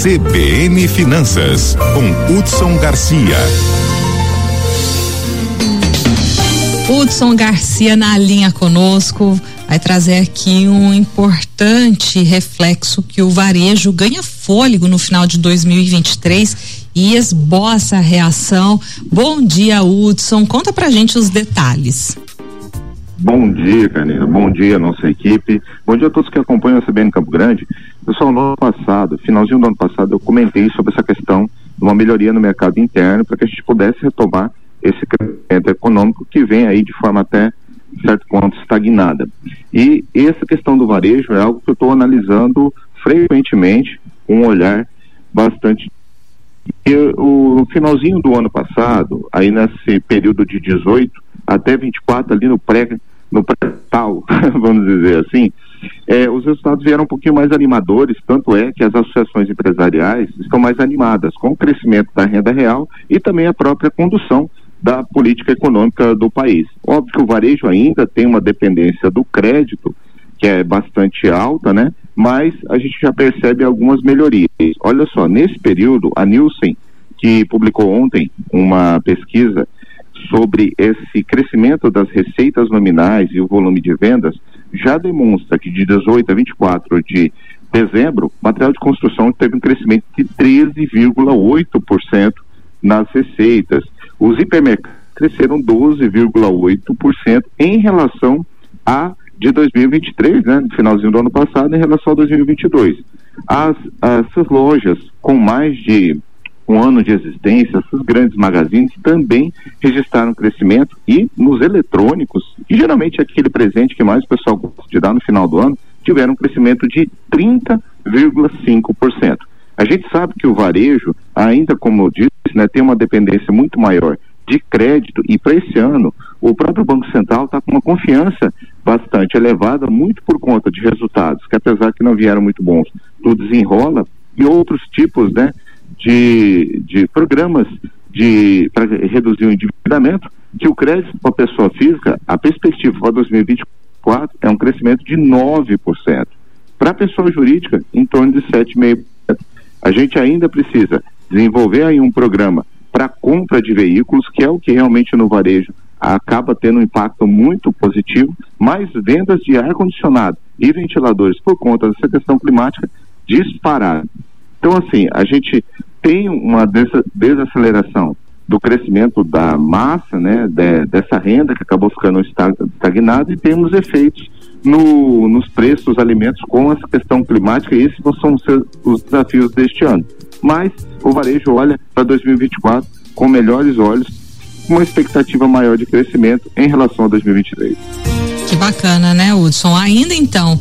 CBN Finanças, com Hudson Garcia. Hudson Garcia na linha conosco, vai trazer aqui um importante reflexo que o varejo ganha fôlego no final de 2023 e esboça a reação. Bom dia, Hudson, conta pra gente os detalhes. Bom dia, Carneiro, bom dia nossa equipe, bom dia a todos que acompanham a CBN Campo Grande. Pessoal, no ano passado, finalzinho do ano passado, eu comentei sobre essa questão de uma melhoria no mercado interno para que a gente pudesse retomar esse crescimento econômico que vem aí de forma até certo ponto estagnada. E essa questão do varejo é algo que eu estou analisando frequentemente, com um olhar bastante. E o finalzinho do ano passado, aí nesse período de 18 até 24, ali no pré-tal, vamos dizer assim, os resultados vieram um pouquinho mais animadores, tanto é que as associações empresariais estão mais animadas com o crescimento da renda real e também a própria condução da política econômica do país. Óbvio que o varejo ainda tem uma dependência do crédito, que é bastante alta, né? Mas a gente já percebe algumas melhorias. Olha só, nesse período, a Nielsen, que publicou ontem uma pesquisa sobre esse crescimento das receitas nominais e o volume de vendas, já demonstra que de 18 a 24 de dezembro, o material de construção teve um crescimento de 13,8% nas receitas. Os hipermercados cresceram 12,8% em relação a de 2023, né, no finalzinho do ano passado, em relação a 2022. Essas lojas com mais de um ano de existência, essas grandes magazines também registraram crescimento, e nos eletrônicos, que geralmente é aquele presente que mais o pessoal gosta de dar no final do ano, tiveram um crescimento de 30,5%. A gente sabe que o varejo, ainda como eu disse, né, tem uma dependência muito maior de crédito, e para esse ano o próprio Banco Central está com uma confiança bastante elevada, muito por conta de resultados que, apesar que não vieram muito bons, do Desenrola e outros tipos, né, de programas para reduzir o endividamento, que o crédito para a pessoa física, a perspectiva para 2024 é um crescimento de 9%. Para a pessoa jurídica, em torno de 7,5%. A gente ainda precisa desenvolver aí um programa para compra de veículos, que é o que realmente no varejo acaba tendo um impacto muito positivo, mas vendas de ar-condicionado e ventiladores, por conta dessa questão climática, dispararam. Então, assim, a gente tem uma desaceleração do crescimento da massa, né, dessa renda que acabou ficando estagnada, e temos efeitos nos preços dos alimentos com essa questão climática, e esses são os desafios deste ano. Mas o varejo olha para 2024 com melhores olhos, com uma expectativa maior de crescimento em relação a 2023. Que bacana, né, Hudson? Ainda então,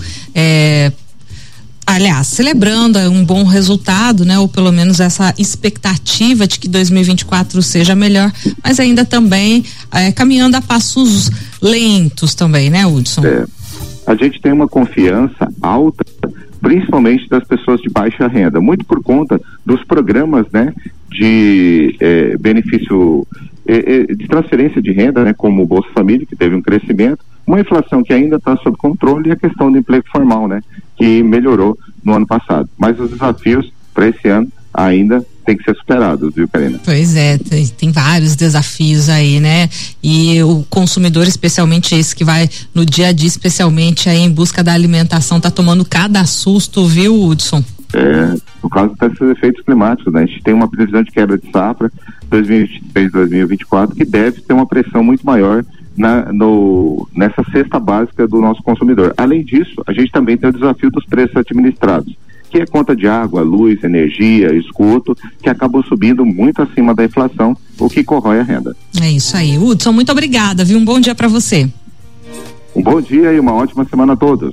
aliás, celebrando um bom resultado, né, ou pelo menos essa expectativa de que 2024 seja melhor, mas ainda também caminhando a passos lentos também, né, Hudson? A gente tem uma confiança alta, principalmente das pessoas de baixa renda, muito por conta dos programas, né, de benefício, de transferência de renda, né, como o Bolsa Família, que teve um crescimento, uma inflação que ainda está sob controle, e a questão do emprego formal, né, que melhorou no ano passado. Mas os desafios para esse ano ainda tem que ser superados, viu, Karina? Pois é, tem vários desafios aí, né? E o consumidor, especialmente esse que vai no dia a dia, especialmente aí em busca da alimentação, tá tomando cada susto, viu, Hudson? Por causa desses efeitos climáticos, né? A gente tem uma previsão de quebra de safra 2023-2024 que deve ter uma pressão muito maior nessa cesta básica do nosso consumidor. Além disso, a gente também tem o desafio dos preços administrados, que é conta de água, luz, energia, esgoto, que acabou subindo muito acima da inflação, o que corrói a renda. É isso aí. Hudson, muito obrigada, viu? Um bom dia para você. Um bom dia e uma ótima semana a todos.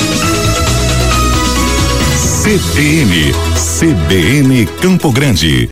CBN Campo Grande.